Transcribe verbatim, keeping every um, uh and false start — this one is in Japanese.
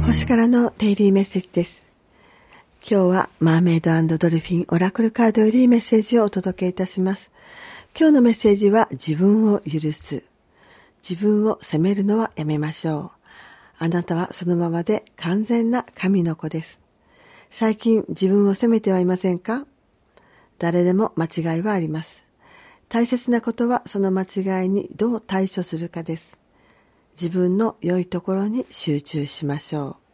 星からのデイリーメッセージです。今日はマーメイド&ドルフィンオラクルカードよりメッセージをお届けいたします。今日のメッセージは自分を許す。自分を責めるのはやめましょう。あなたはそのままで完全な神の子です。最近自分を責めてはいませんか？誰でも間違いはあります。大切なことはその間違いにどう対処するかです。自分の良いところに集中しましょう。